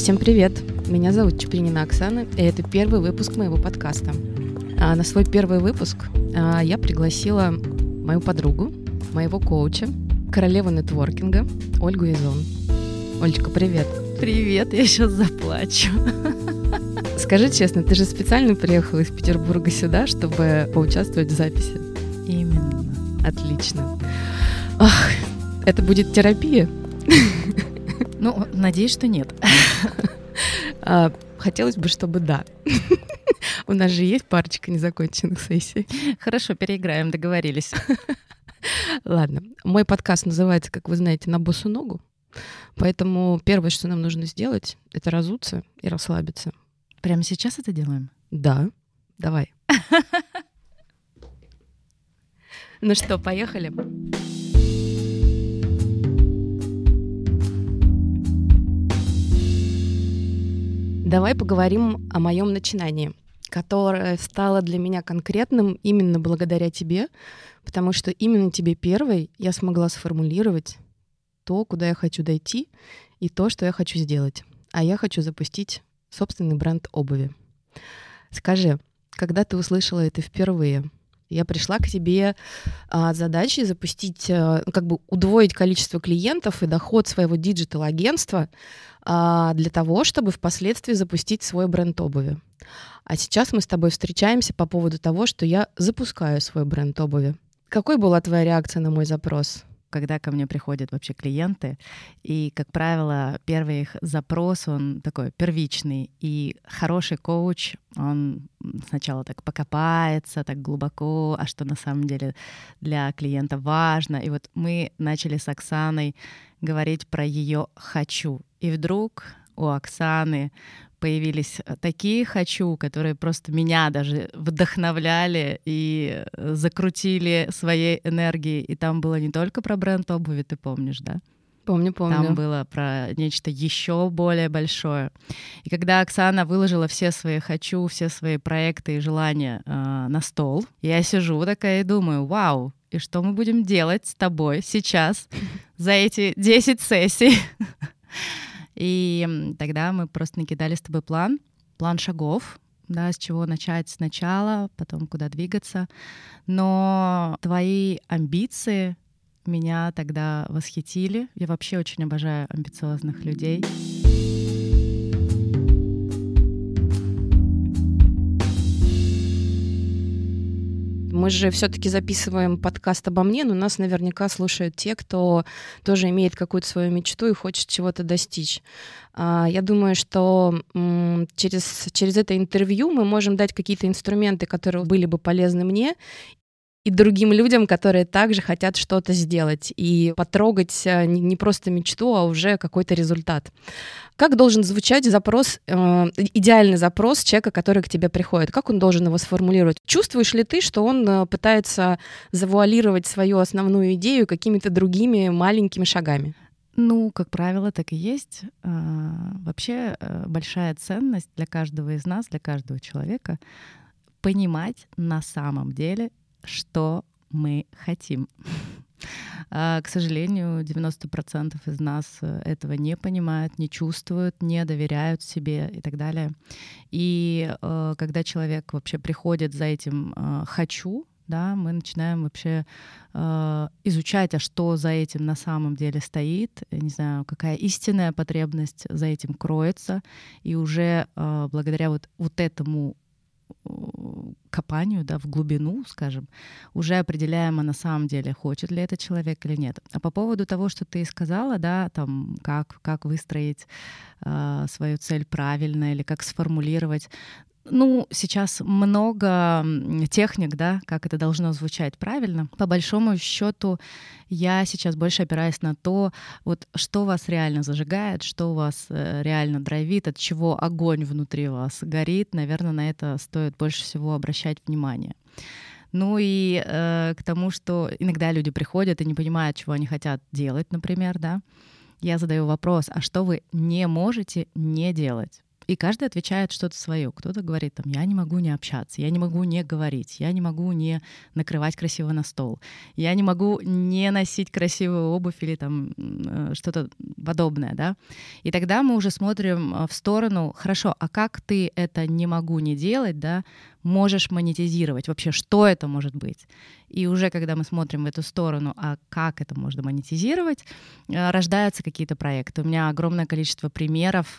Всем привет! Меня зовут Чупринина Оксана, и это первый выпуск моего подкаста. На свой первый выпуск я пригласила мою подругу, моего коуча, королеву нетворкинга Ольгу Изон. Олечка, привет! Привет, я сейчас заплачу. Скажи честно, ты же специально приехала из Петербурга сюда, чтобы поучаствовать в записи? Именно. Отлично. Это будет терапия? Ну, надеюсь, что нет. Хотелось бы, чтобы да. У нас же есть парочка незаконченных сессий. Хорошо, переиграем, договорились. Ладно. Мой подкаст называется, как вы знаете, «На босу ногу». Поэтому первое, что нам нужно сделать, это разуться и расслабиться. Прямо сейчас это делаем? Да. Давай. Ну что, поехали? Давай поговорим о моем начинании, которое стало для меня конкретным именно благодаря тебе, потому что именно тебе первой я смогла сформулировать то, куда я хочу дойти, и то, что я хочу сделать. А я хочу запустить собственный бренд обуви. Скажи, когда ты услышала это впервые? Я пришла к тебе с задачей запустить, удвоить количество клиентов и доход своего диджитал-агентства для того, чтобы впоследствии запустить свой бренд обуви. А сейчас мы с тобой встречаемся по поводу того, что я запускаю свой бренд обуви. Какой была твоя реакция на мой запрос? Когда ко мне приходят вообще клиенты, и, как правило, первый их запрос, он такой первичный, и хороший коуч, он сначала так покопается, так глубоко, а что на самом деле для клиента важно. И вот мы начали с Оксаной говорить про ее «хочу». И вдруг у Оксаны появились такие «хочу», которые просто меня даже вдохновляли и закрутили своей энергией. И там было не только про бренд обуви, ты помнишь, да? Помню. Там было про нечто еще более большое. И когда Оксана выложила все свои «хочу», все свои проекты и желания на стол, я сижу такая и думаю: вау, и что мы будем делать с тобой сейчас за эти 10 сессий? И тогда мы просто накидали с тобой план шагов, да, с чего начать сначала, потом куда двигаться. Но твои амбиции меня тогда восхитили. Я вообще очень обожаю амбициозных людей. Мы же все-таки записываем подкаст обо мне, но нас наверняка слушают те, кто тоже имеет какую-то свою мечту и хочет чего-то достичь. Я думаю, что через это интервью мы можем дать какие-то инструменты, которые были бы полезны мне и другим людям, которые также хотят что-то сделать и потрогать не просто мечту, а уже какой-то результат. Как должен звучать запрос, идеальный запрос человека, который к тебе приходит? Как он должен его сформулировать? Чувствуешь ли ты, что он пытается завуалировать свою основную идею какими-то другими маленькими шагами? Ну, как правило, так и есть. Вообще большая ценность для каждого из нас, для каждого человека — понимать на самом деле, что мы хотим. К сожалению, 90% из нас этого не понимают, не чувствуют, не доверяют себе и так далее. И когда человек вообще приходит за этим «хочу», да, мы начинаем вообще изучать, а что за этим на самом деле стоит, не знаю, какая истинная потребность за этим кроется. И уже благодаря вот этому копанию, да, в глубину, скажем, уже определяем, а на самом деле хочет ли этот человек или нет. А по поводу того, что ты сказала, да, там, как выстроить свою цель правильно или как сформулировать. Ну, сейчас много техник, да, как это должно звучать правильно. По большому счету, я сейчас больше опираюсь на то, вот что вас реально зажигает, что вас реально драйвит, от чего огонь внутри вас горит. Наверное, на это стоит больше всего обращать внимание. Ну и к тому, что иногда люди приходят и не понимают, чего они хотят делать, например, да. Я задаю вопрос: а что вы не можете не делать? И каждый отвечает что-то свое. Кто-то говорит, там, я не могу не общаться, я не могу не говорить, я не могу не накрывать красиво на стол, я не могу не носить красивую обувь или там что-то подобное, да. И тогда мы уже смотрим в сторону, хорошо, а как ты это не могу не делать, да, можешь монетизировать? Вообще, что это может быть? И уже когда мы смотрим в эту сторону, а как это можно монетизировать, рождаются какие-то проекты. У меня огромное количество примеров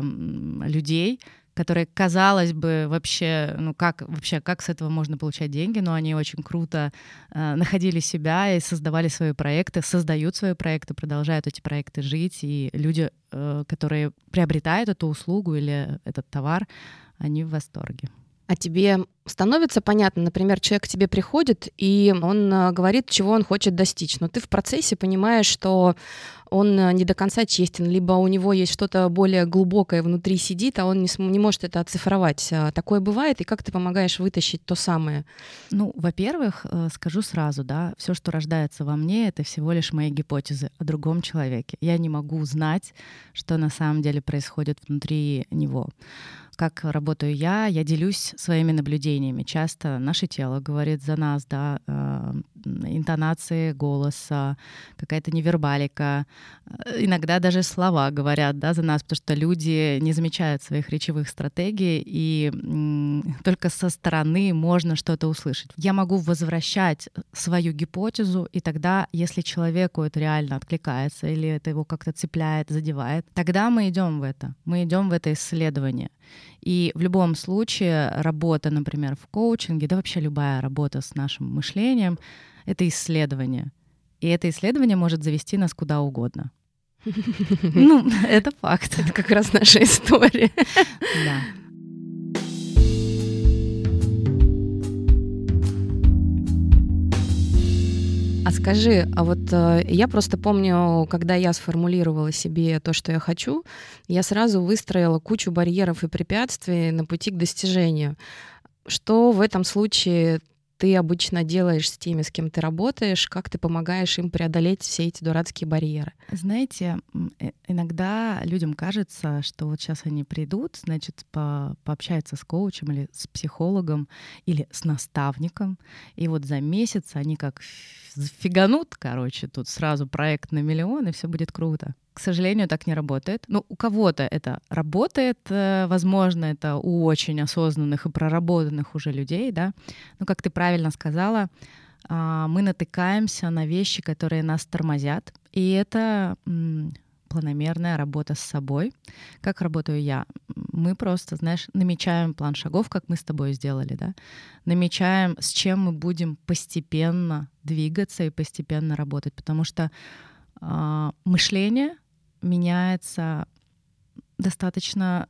людей, которые, казалось бы, вообще, как с этого можно получать деньги, но они очень круто находили себя и создавали свои проекты, создают свои проекты, продолжают эти проекты жить, и люди, которые приобретают эту услугу или этот товар, они в восторге. А тебе становится понятно, например, человек к тебе приходит, и он говорит, чего он хочет достичь, но ты в процессе понимаешь, что он не до конца честен, либо у него есть что-то более глубокое внутри сидит, а он не может это оцифровать. Такое бывает, и как ты помогаешь вытащить то самое? Ну, во-первых, скажу сразу, да, все, что рождается во мне, это всего лишь мои гипотезы о другом человеке. Я не могу знать, что на самом деле происходит внутри него. Как работаю я делюсь своими наблюдениями. Часто наше тело говорит за нас, да, интонации голоса, какая-то невербалика, иногда даже слова говорят, да, за нас, потому что люди не замечают своих речевых стратегий, и только со стороны можно что-то услышать. Я могу возвращать свою гипотезу, и тогда, если человеку это реально откликается или это его как-то цепляет, задевает, тогда мы идем в это исследование. И в любом случае работа, например, в коучинге, да вообще любая работа с нашим мышлением — это исследование. И это исследование может завести нас куда угодно. Ну, это факт. Это как раз наша история. Да. А скажи, а вот я просто помню, когда я сформулировала себе то, что я хочу, я сразу выстроила кучу барьеров и препятствий на пути к достижению. Что в этом случае ты обычно делаешь с теми, с кем ты работаешь? Как ты помогаешь им преодолеть все эти дурацкие барьеры? Знаете, иногда людям кажется, что вот сейчас они придут, значит, пообщаются с коучем или с психологом или с наставником, и вот за месяц они как фиганут, тут сразу проект на миллион, и все будет круто. К сожалению, так не работает. Ну, у кого-то это работает, возможно, это у очень осознанных и проработанных уже людей, да. Но, как ты правильно сказала, мы натыкаемся на вещи, которые нас тормозят, и это планомерная работа с собой. Как работаю я? Мы просто, намечаем план шагов, как мы с тобой сделали, да? Намечаем, с чем мы будем постепенно двигаться и постепенно работать, потому что мышление меняется достаточно,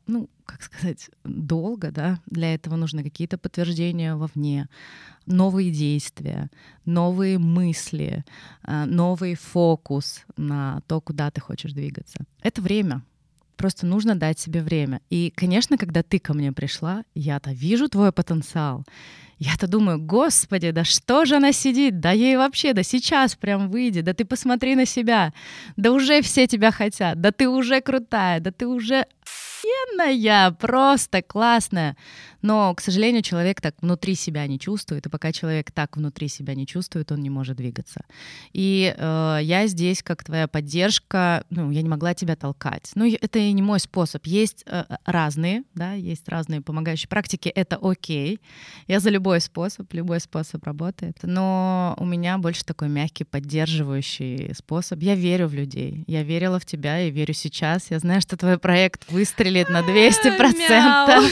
долго, да. Для этого нужны какие-то подтверждения вовне, новые действия, новые мысли, новый фокус на то, куда ты хочешь двигаться. Это время. Просто нужно дать себе время. И, конечно, когда ты ко мне пришла, я-то вижу твой потенциал. Я-то думаю, господи, да что же она сидит? Да ей вообще, да сейчас прям выйди, да ты посмотри на себя, да уже все тебя хотят, да ты уже крутая, да ты уже офигенная, просто классная. Но, к сожалению, человек так внутри себя не чувствует, и пока человек так внутри себя не чувствует, он не может двигаться. И я здесь как твоя поддержка, я не могла тебя толкать. Это и не мой способ. Есть разные помогающие практики, это окей. Я за любой способ работает. Но у меня больше такой мягкий, поддерживающий способ. Я верю в людей. Я верила в тебя и верю сейчас. Я знаю, что твой проект выстрелит на 200%.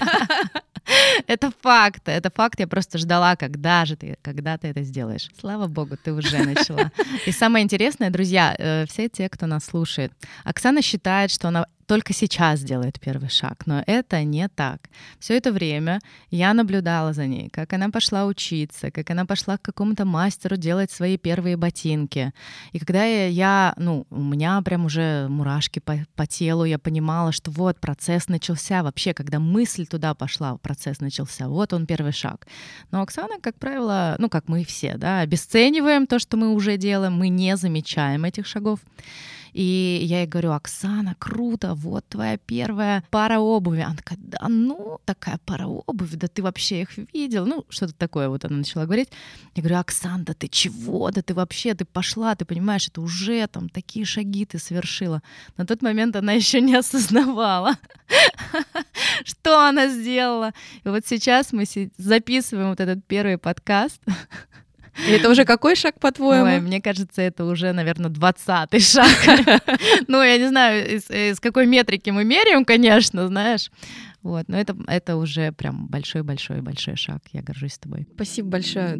Это факт. Я просто ждала, когда ты это сделаешь. Слава богу, ты уже начала. И самое интересное, друзья, все те, кто нас слушает, Оксана считает, что она только сейчас делает первый шаг, но это не так. Все это время я наблюдала за ней, как она пошла учиться, как она пошла к какому-то мастеру делать свои первые ботинки. И когда у меня прям уже мурашки по телу, я понимала, что вот процесс начался. Вообще, когда мысль туда пошла, процесс начался. Вот он первый шаг. Но Оксана, как правило, как мы все, да, обесцениваем то, что мы уже делаем, мы не замечаем этих шагов. И я ей говорю: Оксана, круто, вот твоя первая пара обуви. Она такая: да ну, такая пара обуви, да ты вообще их видел? Ну, что-то такое вот она начала говорить. Я говорю: Оксан, да ты чего? Да ты вообще, ты пошла, ты понимаешь, это уже там такие шаги ты совершила. На тот момент она еще не осознавала, что она сделала. И вот сейчас мы записываем вот этот первый подкаст. И это уже какой шаг, по-твоему? Ой, мне кажется, это уже, наверное, 20-й шаг. Ну, я не знаю, из какой метрики мы меряем, конечно, знаешь. Вот, но это уже прям большой-большой-большой шаг. Я горжусь тобой. Спасибо большое.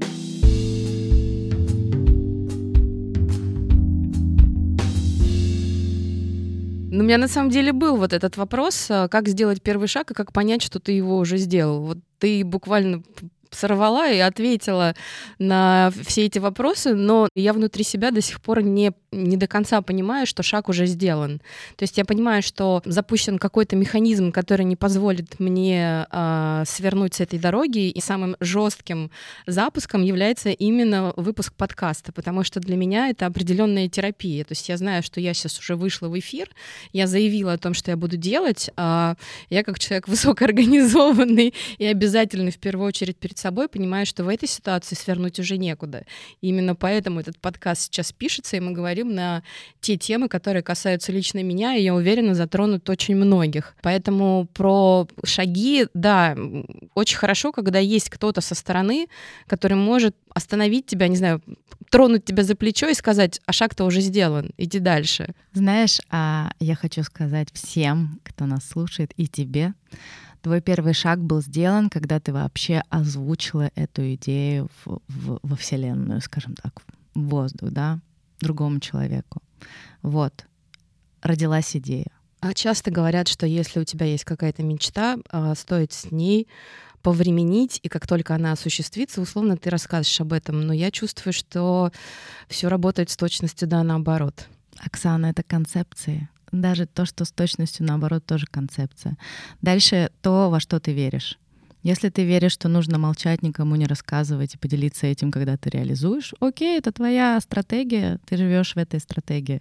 У меня на самом деле был вот этот вопрос, как сделать первый шаг и как понять, что ты его уже сделал. Вот ты буквально сорвала и ответила на все эти вопросы, но я внутри себя до сих пор не до конца понимаю, что шаг уже сделан. То есть я понимаю, что запущен какой-то механизм, который не позволит мне свернуть с этой дороги, и самым жестким запуском является именно выпуск подкаста, потому что для меня это определенная терапия. То есть я знаю, что я сейчас уже вышла в эфир, я заявила о том, что я буду делать, а я как человек высокоорганизованный и обязательный в первую очередь перед собой понимаю, что в этой ситуации свернуть уже некуда. И именно поэтому этот подкаст сейчас пишется, и мы говорим на те темы, которые касаются лично меня, и я уверена, затронут очень многих. Поэтому про шаги, да, очень хорошо, когда есть кто-то со стороны, который может остановить тебя, не знаю, тронуть тебя за плечо и сказать: а шаг-то уже сделан, иди дальше. Знаешь, я хочу сказать всем, кто нас слушает, и тебе, твой первый шаг был сделан, когда ты вообще озвучила эту идею во Вселенную, скажем так, в воздух, да, другому человеку. Вот, родилась идея. А часто говорят, что если у тебя есть какая-то мечта, стоит с ней повременить, и как только она осуществится, условно, ты расскажешь об этом. Но я чувствую, что все работает с точностью да наоборот. Оксана, это концепции. Даже то, что с точностью наоборот, тоже концепция. Дальше то, во что ты веришь. Если ты веришь, что нужно молчать, никому не рассказывать и поделиться этим, когда ты реализуешь, окей, это твоя стратегия, ты живешь в этой стратегии.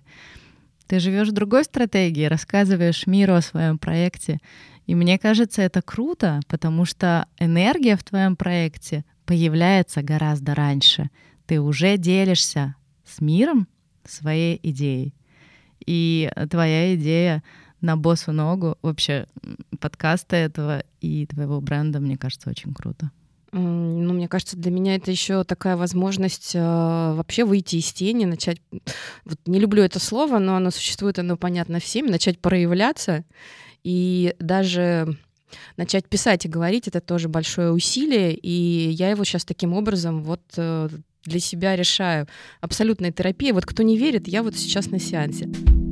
Ты живешь в другой стратегии, рассказываешь миру о своем проекте. И мне кажется, это круто, потому что энергия в твоем проекте появляется гораздо раньше. Ты уже делишься с миром своей идеей. И твоя идея на босу ногу вообще подкаста этого и твоего бренда, мне кажется, очень круто. Ну, мне кажется, для меня это еще такая возможность вообще выйти из тени, начать... Вот не люблю это слово, но оно существует, оно понятно всем, начать проявляться и даже начать писать и говорить — это тоже большое усилие, и я его сейчас таким образом вот для себя решаю. Абсолютная терапия. Вот кто не верит, я вот сейчас на сеансе.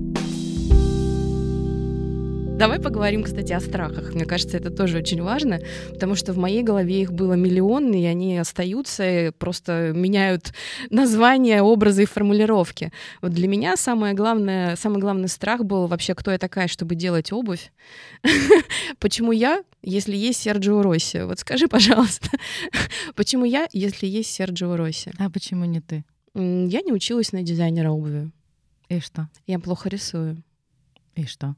Давай поговорим, кстати, о страхах. Мне кажется, это тоже очень важно, потому что в моей голове их было миллион, и они остаются, и просто меняют названия, образы и формулировки. Вот для меня самый главный страх был вообще, кто я такая, чтобы делать обувь. Почему я, если есть Серджио Росси? Вот скажи, пожалуйста, почему я, если есть Серджио Росси? А почему не ты? Я не училась на дизайнера обуви. И что? Я плохо рисую. И что?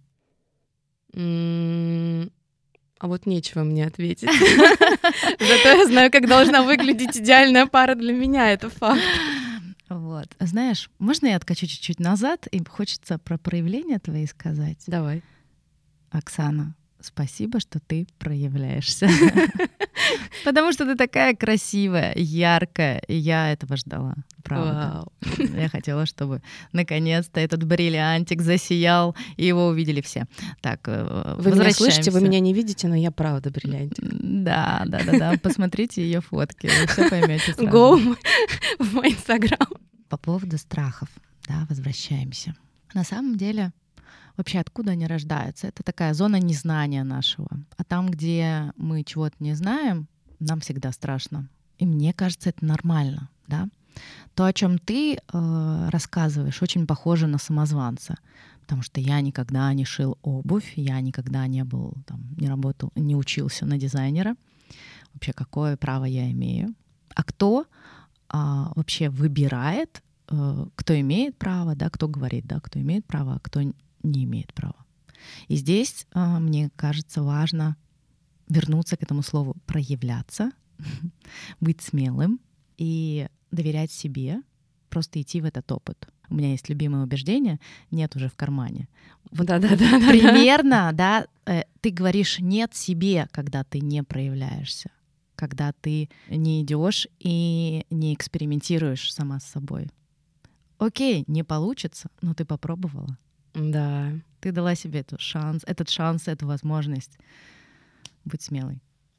А вот нечего мне ответить. Зато я знаю, как должна выглядеть идеальная пара для меня, это факт. Вот. Знаешь, можно я откачу чуть-чуть назад, и хочется про проявления твои сказать? Давай. Оксана, спасибо, что ты проявляешься. Потому что ты такая красивая, яркая, и я этого ждала. Правда. Вау. Я хотела, чтобы наконец-то этот бриллиантик засиял, и его увидели все. Так, вы меня слышите, вы меня не видите, но я правда бриллиантик. Да. Посмотрите ее фотки, вы все поймете сразу. Go в мой Инстаграм. По поводу страхов, да, возвращаемся. На самом деле, вообще откуда они рождаются? Это такая зона незнания нашего. А там, где мы чего-то не знаем, нам всегда страшно. И мне кажется, это нормально, да? То, о чем ты рассказываешь, очень похоже на самозванца. Потому что я никогда не шил обувь, я никогда не был, не работал, не учился на дизайнера. Вообще, какое право я имею? А кто вообще выбирает кто имеет право, да, кто говорит, да, кто имеет право, а кто не имеет права. И здесь, мне кажется, важно вернуться к этому слову «проявляться», быть смелым и доверять себе, просто идти в этот опыт. У меня есть любимое убеждение «нет уже в кармане». Вот примерно, да, ты говоришь «нет» себе, когда ты не проявляешься, когда ты не идешь и не экспериментируешь сама с собой. Окей, не получится, но ты попробовала. Да. Ты дала себе этот шанс, эту возможность быть смелой.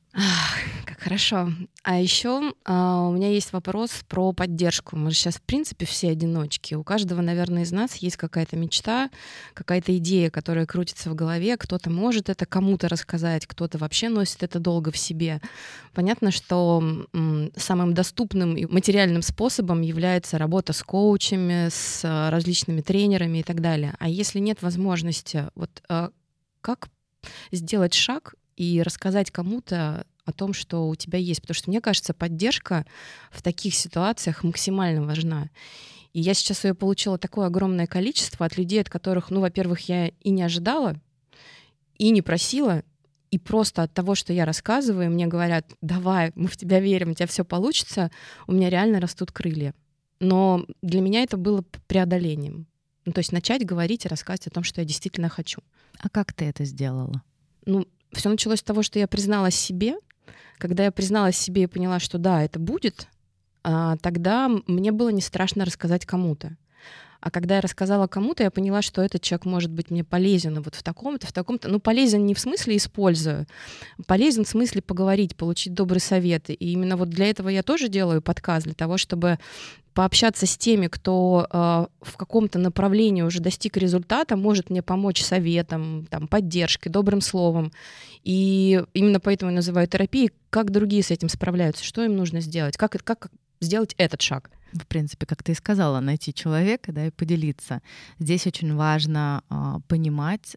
Как хорошо. А еще у меня есть вопрос про поддержку. Мы же сейчас, в принципе, все одиночки. У каждого, наверное, из нас есть какая-то мечта, какая-то идея, которая крутится в голове. Кто-то может это кому-то рассказать, кто-то вообще носит это долго в себе. Понятно, что самым доступным и материальным способом является работа с коучами, с различными тренерами и так далее. А если нет возможности, вот как сделать шаг и рассказать кому-то о том, что у тебя есть. Потому что, мне кажется, поддержка в таких ситуациях максимально важна. И я сейчас ее получила такое огромное количество от людей, от которых, ну, во-первых, я и не ожидала, и не просила, и просто от того, что я рассказываю, мне говорят: давай, мы в тебя верим, у тебя все получится, у меня реально растут крылья. Но для меня это было преодолением. Ну, то есть начать говорить и рассказывать о том, что я действительно хочу. А как ты это сделала? Ну, все началось с того, что я призналась себе. Когда я призналась себе и поняла, что да, это будет, тогда мне было не страшно рассказать кому-то. А когда я рассказала кому-то, я поняла, что этот человек может быть мне полезен вот в таком-то. Ну, полезен не в смысле использую, полезен в смысле поговорить, получить добрые советы. И именно вот для этого я тоже делаю подкаст, для того, чтобы пообщаться с теми, кто в каком-то направлении уже достиг результата, может мне помочь советом, там, поддержкой, добрым словом. И именно поэтому я называю терапией, как другие с этим справляются, что им нужно сделать, как сделать этот шаг. В принципе, как ты и сказала, найти человека, да, и поделиться. Здесь очень важно понимать,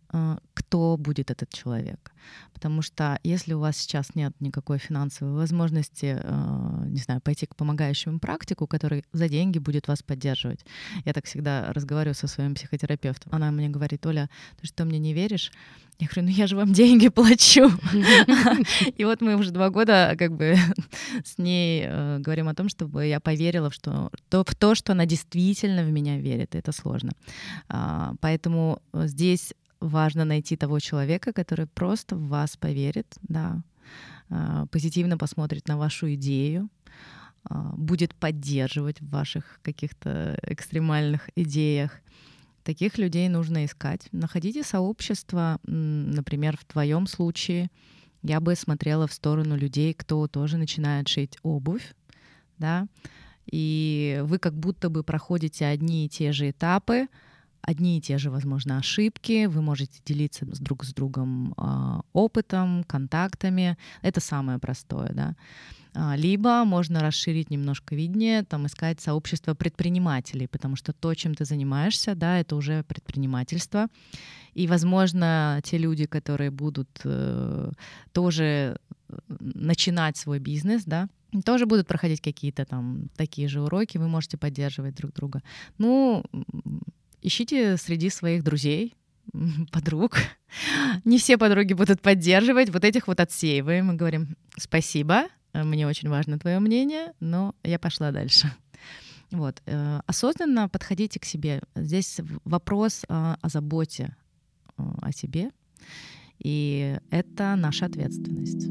кто будет этот человек. Потому что если у вас сейчас нет никакой финансовой возможности, не знаю, пойти к помогающему практику, который за деньги будет вас поддерживать. Я так всегда разговариваю со своим психотерапевтом. Она мне говорит: Оля, ты что, мне не веришь? Я говорю: ну я же вам деньги плачу. И вот мы уже 2 года как бы с ней говорим о том, чтобы я поверила в то, что она действительно в меня верит. Это сложно. Поэтому здесь важно найти того человека, который просто в вас поверит, да, позитивно посмотрит на вашу идею, будет поддерживать в ваших каких-то экстремальных идеях. Таких людей нужно искать. Находите сообщество, например, в твоем случае я бы смотрела в сторону людей, кто тоже начинает шить обувь, да, и вы как будто бы проходите одни и те же этапы, одни и те же, возможно, ошибки, вы можете делиться друг с другом опытом, контактами. Это самое простое, да. Либо можно расширить немножко видение, там, искать сообщество предпринимателей, потому что то, чем ты занимаешься, да, это уже предпринимательство. И, возможно, те люди, которые будут тоже начинать свой бизнес, да, тоже будут проходить какие-то там такие же уроки, вы можете поддерживать друг друга. Ну, ищите среди своих друзей, подруг. Не все подруги будут поддерживать. Вот этих вот отсеиваем и говорим: спасибо, мне очень важно твое мнение, но я пошла дальше. Вот. Осознанно подходите к себе. Здесь вопрос о заботе о себе, и это наша ответственность.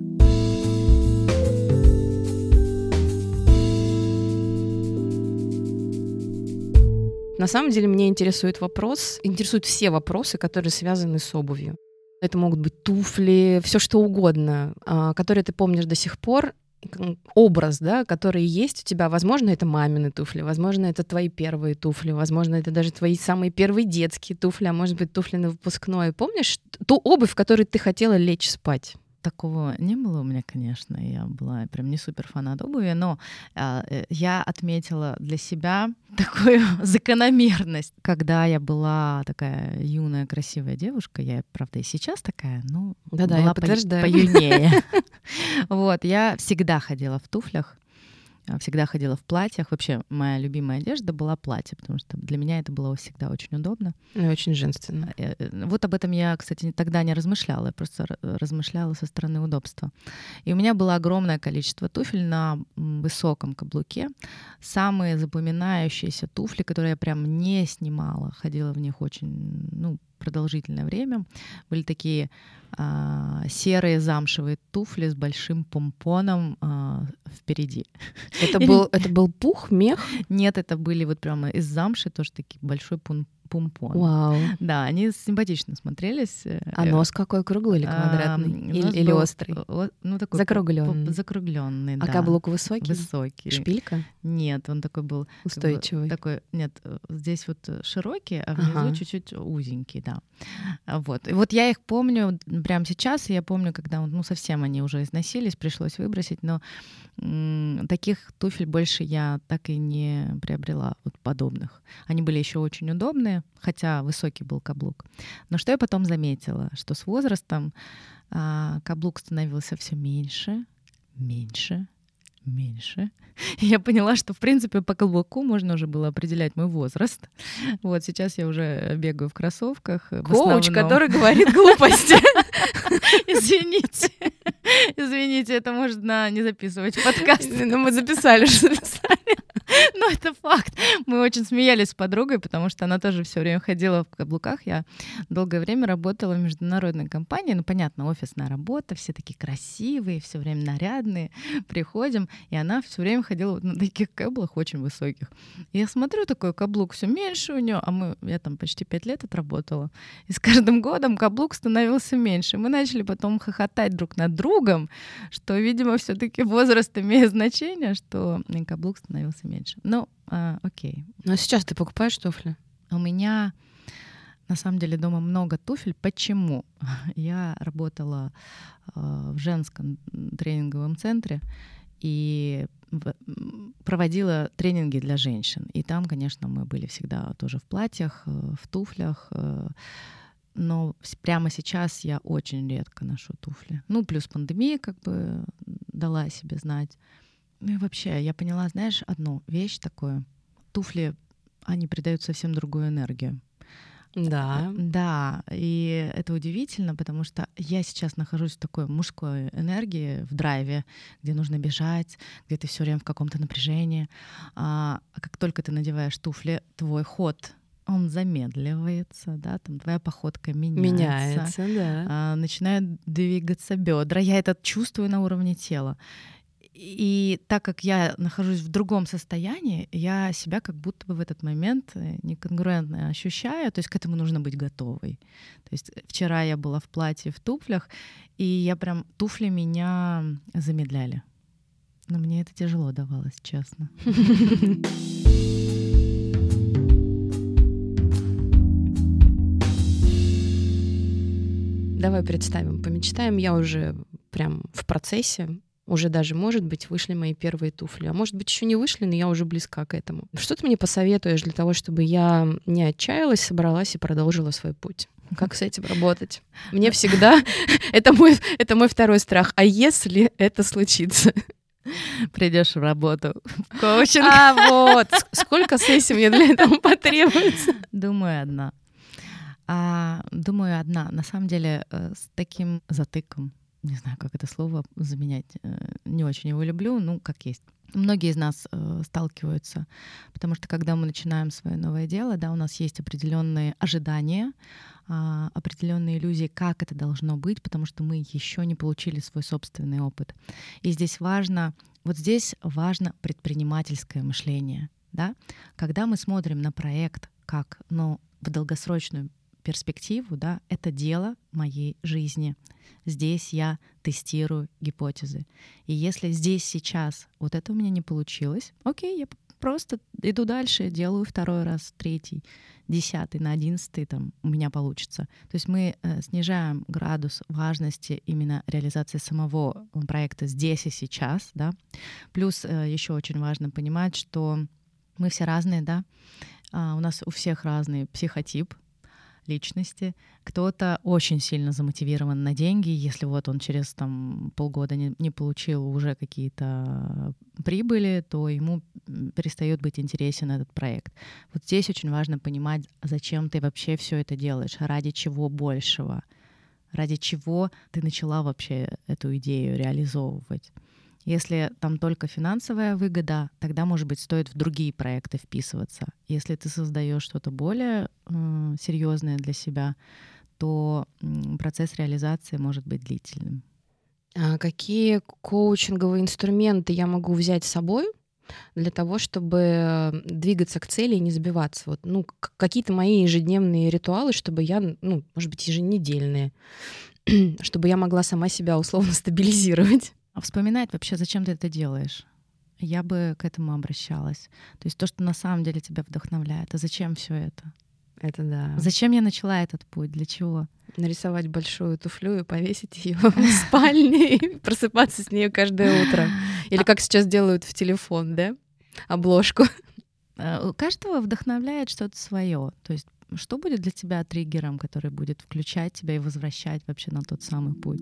На самом деле меня интересует все вопросы, которые связаны с обувью. Это могут быть туфли, все что угодно, которые ты помнишь до сих пор, образ, да, который есть у тебя. Возможно, это мамины туфли, возможно, это твои первые туфли, возможно, это даже твои самые первые детские туфли, а может быть, туфли на выпускной. Помнишь ту обувь, в которой ты хотела лечь спать? Такого не было у меня, конечно. Я была прям не супер фанат обуви, но я отметила для себя такую закономерность. Когда я была такая юная, красивая девушка, я, правда, и сейчас такая, но была я подтверждаю. поюнее. Вот, я всегда ходила в туфлях. всегда ходила в платьях. Вообще моя любимая одежда была платье, потому что для меня это было всегда очень удобно. И очень женственно. Вот об этом я, кстати, тогда не размышляла, я просто размышляла со стороны удобства. И у меня было огромное количество туфель на высоком каблуке. Самые запоминающиеся туфли, которые я прям не снимала, ходила в них очень, продолжительное время, были такие серые замшевые туфли с большим помпоном впереди. Это был пух, мех? Нет, это были вот прямо из замши тоже такие большой помпон. Вау. Да, они симпатично смотрелись. А нос какой, круглый или квадратный? Или острый? Такой закругленный, да. А каблук высокий? Высокий. Шпилька? Нет, он такой был... Устойчивый? Нет, здесь вот широкий, а внизу чуть-чуть узенький, да. Вот. И вот я их помню прямо сейчас, я помню, когда совсем они уже износились, пришлось выбросить, но таких туфель больше я так и не приобрела, вот подобных. Они были еще очень удобные, хотя высокий был каблук. Но что я потом заметила, что с возрастом каблук становился все меньше. И я поняла, что, в принципе, по каблуку можно уже было определять мой возраст. Вот сейчас я уже бегаю в кроссовках. Коуч, который говорит глупости. Извините, это можно не записывать в подкасте. Но мы записали. Но это факт. Мы очень смеялись с подругой, потому что она тоже все время ходила в каблуках. Я долгое время работала в международной компании. Понятно, офисная работа, все такие красивые, все время нарядные. Приходим, и она все время ходила на таких каблах очень высоких. И я смотрю, такой каблук все меньше у нее, я там почти 5 лет отработала. И с каждым годом каблук становился меньше. Мы начали потом хохотать друг над другом, что, видимо, все-таки возраст имеет значение, что каблук становился меньше. Окей. Ну а сейчас ты покупаешь туфли? У меня на самом деле дома много туфель. Почему? Я работала в женском тренинговом центре и проводила тренинги для женщин. И там, конечно, мы были всегда тоже в платьях, в туфлях. Но прямо сейчас я очень редко ношу туфли. Плюс пандемия дала о себе знать. И вообще, я поняла, знаешь, одну вещь такую. Туфли, они придают совсем другую энергию. Да. Да, и это удивительно, потому что я сейчас нахожусь в такой мужской энергии, в драйве, где нужно бежать, где ты все время в каком-то напряжении. А как только ты надеваешь туфли, твой ход, он замедливается, да, там твоя походка меняется, да. Начинают двигаться бедра. Я это чувствую на уровне тела. И так как я нахожусь в другом состоянии, я себя как будто бы в этот момент неконгруентно ощущаю, то есть к этому нужно быть готовой. То есть вчера я была в платье, в туфлях, и туфли меня замедляли. Но мне это тяжело давалось, честно. Давай представим, помечтаем. Я уже прям в процессе. Уже даже, может быть, вышли мои первые туфли. А может быть, еще не вышли, но я уже близка к этому. Что ты мне посоветуешь для того, чтобы я не отчаялась, собралась и продолжила свой путь? Как с этим работать? Мне всегда... Это мой второй страх. А если это случится? Придешь в работу, в коучинг. Вот. Сколько сессий мне для этого потребуется? Думаю, одна. На самом деле, с таким затыком. Не знаю, как это слово заменять. Не очень его люблю, как есть. Многие из нас сталкиваются, потому что когда мы начинаем свое новое дело, да, у нас есть определенные ожидания, определенные иллюзии, как это должно быть, потому что мы еще не получили свой собственный опыт. И здесь важно предпринимательское мышление. Да? Когда мы смотрим на проект как в долгосрочную перспективу, да, это дело моей жизни. Здесь я тестирую гипотезы. И если здесь сейчас вот это у меня не получилось, окей, я просто иду дальше, делаю второй раз, третий, 10, на 11 у меня получится. То есть мы снижаем градус важности именно реализации самого проекта здесь и сейчас, да. Плюс еще очень важно понимать, что мы все разные, да. У нас у всех разный психотип. личности, кто-то очень сильно замотивирован на деньги, если вот он через полгода не получил уже какие-то прибыли, то ему перестает быть интересен этот проект. Вот здесь очень важно понимать, зачем ты вообще все это делаешь, ради чего большего, ради чего ты начала вообще эту идею реализовывать. Если там только финансовая выгода, тогда, может быть, стоит в другие проекты вписываться. Если ты создаешь что-то более серьезное для себя, то процесс реализации может быть длительным. А какие коучинговые инструменты я могу взять с собой для того, чтобы двигаться к цели и не забиваться? Вот, какие-то мои ежедневные ритуалы, чтобы я, может быть, еженедельные, чтобы я могла сама себя условно стабилизировать. А вспоминать вообще, зачем ты это делаешь? Я бы к этому обращалась. То есть то, что на самом деле тебя вдохновляет. А зачем все это? Это да. Зачем я начала этот путь? Для чего? Нарисовать большую туфлю и повесить ее в спальне и просыпаться с ней каждое утро. Или как сейчас делают в телефон, да? Обложку. У каждого вдохновляет что-то свое. То есть что будет для тебя триггером, который будет включать тебя и возвращать вообще на тот самый путь?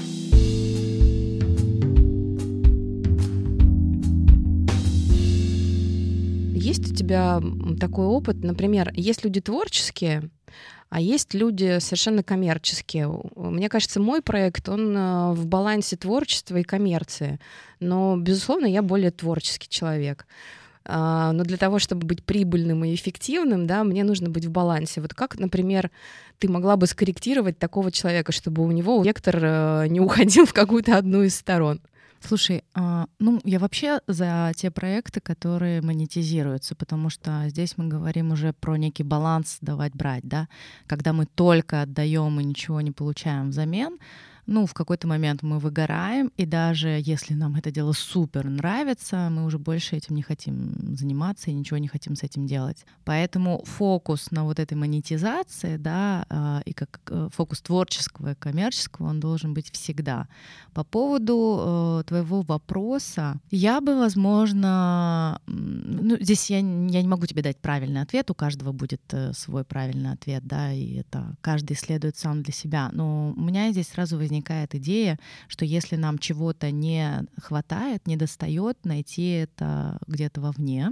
Есть у тебя такой опыт, например, есть люди творческие, а есть люди совершенно коммерческие. Мне кажется, мой проект, он в балансе творчества и коммерции. Но, безусловно, я более творческий человек. Но для того, чтобы быть прибыльным и эффективным, да, мне нужно быть в балансе. Вот как, например, ты могла бы скорректировать такого человека, чтобы у него вектор не уходил в какую-то одну из сторон? Слушай, я вообще за те проекты, которые монетизируются, потому что здесь мы говорим уже про некий баланс давать-брать, да, когда мы только отдаем и ничего не получаем взамен. В какой-то момент мы выгораем, и даже если нам это дело супер нравится, мы уже больше этим не хотим заниматься и ничего не хотим с этим делать. Поэтому фокус на вот этой монетизации, да, и как фокус творческого и коммерческого, он должен быть всегда. По поводу твоего вопроса, я бы, возможно, здесь я не могу тебе дать правильный ответ, у каждого будет свой правильный ответ, да, и это каждый исследует сам для себя. Но у меня здесь сразу возникает идея, что если нам чего-то не хватает, не достает, найти это где-то вовне.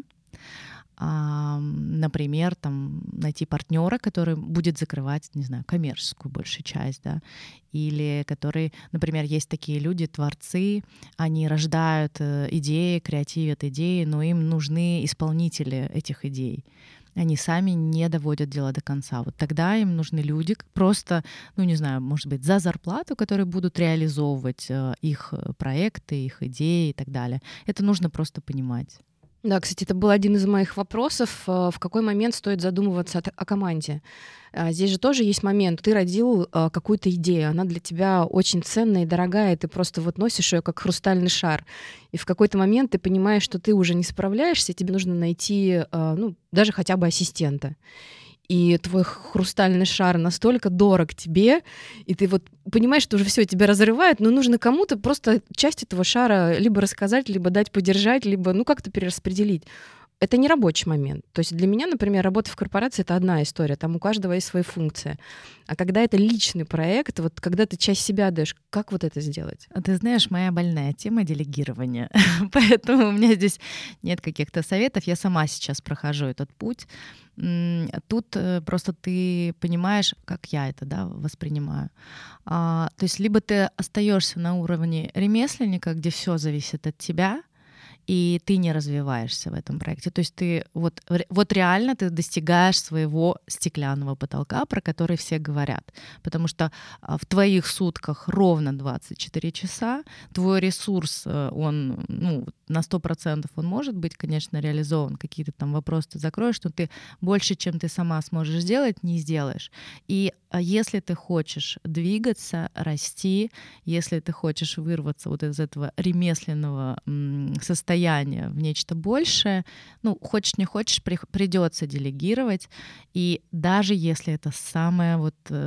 Например, найти партнера, который будет закрывать, не знаю, коммерческую большую часть, да, или который, например, есть такие люди, творцы, они рождают идеи, креативят идеи, но им нужны исполнители этих идей. Они сами не доводят дело до конца. Вот тогда им нужны люди просто, не знаю, может быть, за зарплату, которые будут реализовывать их проекты, их идеи и так далее. Это нужно просто понимать. Да, кстати, это был один из моих вопросов, в какой момент стоит задумываться о команде. Здесь же тоже есть момент, ты родил какую-то идею, она для тебя очень ценная и дорогая, ты просто вот носишь ее как хрустальный шар, и в какой-то момент ты понимаешь, что ты уже не справляешься, и тебе нужно найти, даже хотя бы ассистента. И твой хрустальный шар настолько дорог тебе, и ты вот понимаешь, что уже все тебя разрывает, но нужно кому-то просто часть этого шара либо рассказать, либо дать подержать, либо как-то перераспределить. Это не рабочий момент. То есть для меня, например, работа в корпорации — это одна история, там у каждого есть свои функции. А когда это личный проект, вот когда ты часть себя даешь, как вот это сделать? Ты знаешь, моя больная тема — делегирование. Поэтому у меня здесь нет каких-то советов. Я сама сейчас прохожу этот путь. Тут просто ты понимаешь, как я это, да, воспринимаю. То есть либо ты остаешься на уровне ремесленника, где все зависит от тебя, и ты не развиваешься в этом проекте. То есть ты вот реально ты достигаешь своего стеклянного потолка, про который все говорят. Потому что в твоих сутках ровно 24 часа, твой ресурс, он на 100% он может быть, конечно, реализован. Какие-то там вопросы ты закроешь, но ты больше, чем ты сама сможешь сделать, не сделаешь. И если ты хочешь двигаться, расти, если ты хочешь вырваться вот из этого ремесленного состояния, состояние в нечто большее, ну, хочешь не хочешь, придется делегировать. И даже если это самое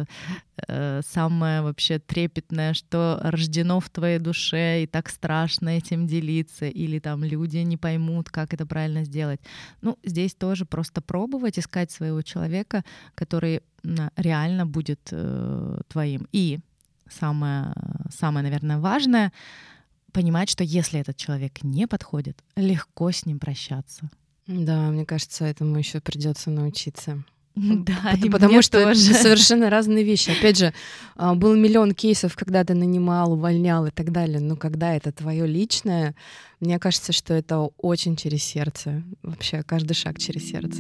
вообще трепетное, что рождено в твоей душе, и так страшно этим делиться, или там люди не поймут, как это правильно сделать. Ну, здесь тоже просто пробовать, искать своего человека, который реально будет твоим. И самое, наверное, важное — понимать, что если этот человек не подходит, легко с ним прощаться. Да, мне кажется, этому еще придется научиться. Да, потому что это совершенно разные вещи. Опять же, был миллион кейсов, когда ты нанимал, увольнял и так далее. Но когда это твое личное, мне кажется, что это очень через сердце. Вообще, каждый шаг через сердце.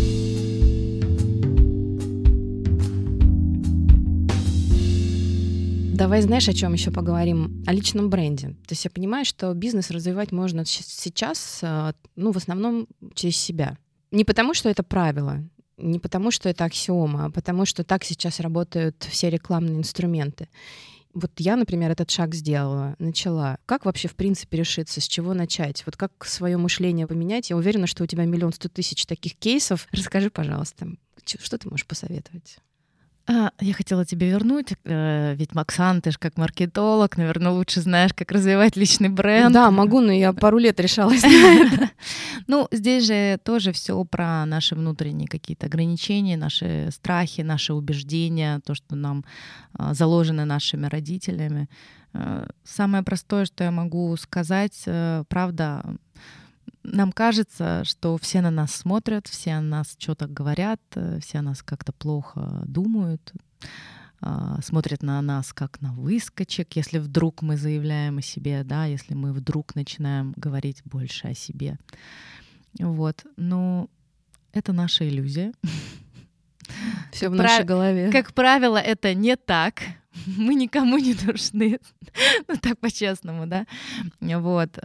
Давай, знаешь, о чем еще поговорим? О личном бренде. То есть я понимаю, что бизнес развивать можно сейчас, ну, в основном через себя. Не потому, что это правило, не потому, что это аксиома, а потому, что так сейчас работают все рекламные инструменты. Вот я, например, этот шаг сделала, начала. Как вообще, в принципе, решиться, с чего начать? Вот как свое мышление поменять? Я уверена, что у тебя 1 100 000 таких кейсов. Расскажи, пожалуйста, что ты можешь посоветовать? Я хотела тебе вернуть, ведь, Оксан, ты же как маркетолог, наверное, лучше знаешь, как развивать личный бренд. Да, могу, но я пару лет решалась на это. Ну, здесь же тоже все про наши внутренние какие-то ограничения, наши страхи, наши убеждения, то, что нам заложено нашими родителями. Самое простое, что я могу сказать, правда, нам кажется, что все на нас смотрят, все о нас что-то говорят, все о нас как-то плохо думают, смотрят на нас как на выскочек, если вдруг мы заявляем о себе, да, если мы вдруг начинаем говорить больше о себе. Вот. Но это наша иллюзия. Все в нашей голове. Как правило, это не так. Мы никому не нужны. Ну, так по-честному, да. Вот.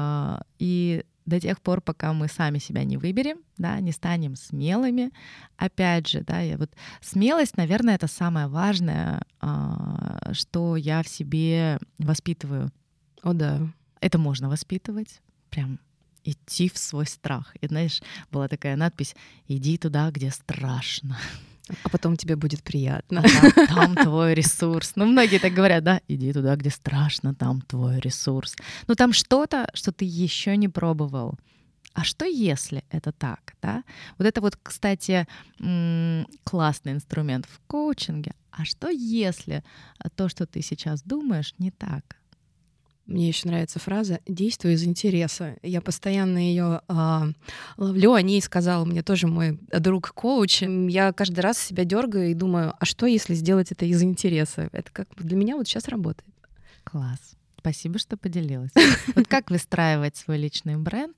И до тех пор, пока мы сами себя не выберем, да, не станем смелыми. Опять же, да, смелость, наверное, это самое важное, что я в себе воспитываю. О, да. Это можно воспитывать, прям идти в свой страх. И, знаешь, была такая надпись: «Иди туда, где страшно». А потом тебе будет приятно. Там твой ресурс. Ну, многие так говорят, да? Иди туда, где страшно, там твой ресурс. Но там что-то, что ты еще не пробовал. А что если это так, да? Вот это вот, кстати, классный инструмент в коучинге. А что если то, что ты сейчас думаешь, не так? Мне еще нравится фраза «действуй из интереса». Я постоянно ее ловлю. О ней сказал мне тоже мой друг-коуч. Я каждый раз себя дергаю и думаю, а что, если сделать это из интереса? Это как для меня вот сейчас работает. Класс. Спасибо, что поделилась. Вот как выстраивать свой личный бренд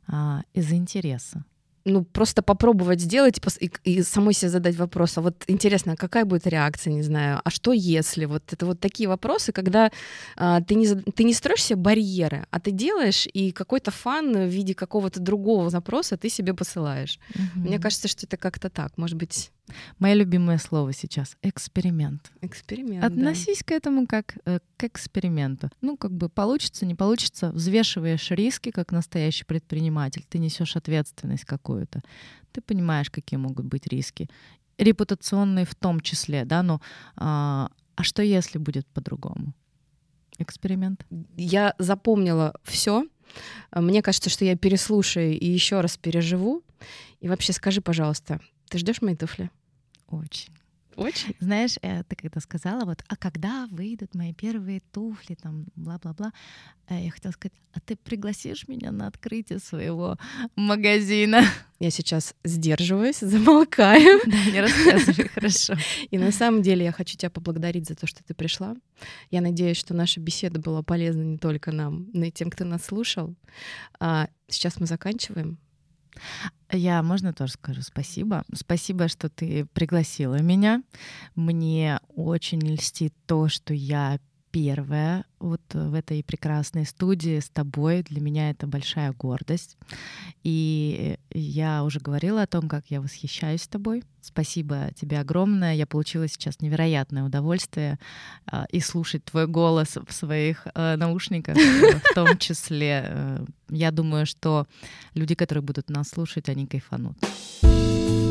из интереса? Ну, просто попробовать сделать и самой себе задать вопрос, а вот интересно, какая будет реакция, не знаю, а что если? Вот это вот такие вопросы, когда ты не строишь себе барьеры, а ты делаешь, и какой-то фан в виде какого-то другого запроса ты себе посылаешь. Мне кажется, что это как-то так, может быть... Мое любимое слово сейчас — эксперимент. Эксперимент, Относись к этому как к эксперименту. Ну, как бы получится, не получится, взвешиваешь риски, как настоящий предприниматель. Ты несешь ответственность какую-то. Ты понимаешь, какие могут быть риски. Репутационные в том числе, да, но а что, если будет по-другому? Эксперимент. Я запомнила все. Мне кажется, что я переслушаю и еще раз переживу. И вообще скажи, пожалуйста, ты ждешь мои туфли? Очень. Очень? Знаешь, ты когда сказала, вот, а когда выйдут мои первые туфли, там, бла-бла-бла, я хотела сказать, а ты пригласишь меня на открытие своего магазина? Я сейчас сдерживаюсь, замолкаю. Да, не рассказывай, хорошо. И на самом деле я хочу тебя поблагодарить за то, что ты пришла. Я надеюсь, что наша беседа была полезна не только нам, но и тем, кто нас слушал. Сейчас мы заканчиваем. Можно тоже скажу спасибо. Спасибо, что ты пригласила меня. Мне очень льстит то, что я первая вот в этой прекрасной студии с тобой. Для меня это большая гордость. И я уже говорила о том, как я восхищаюсь тобой. Спасибо тебе огромное. Я получила сейчас невероятное удовольствие и слушать твой голос в своих наушниках в том числе. Я думаю, что люди, которые будут нас слушать, они кайфанут.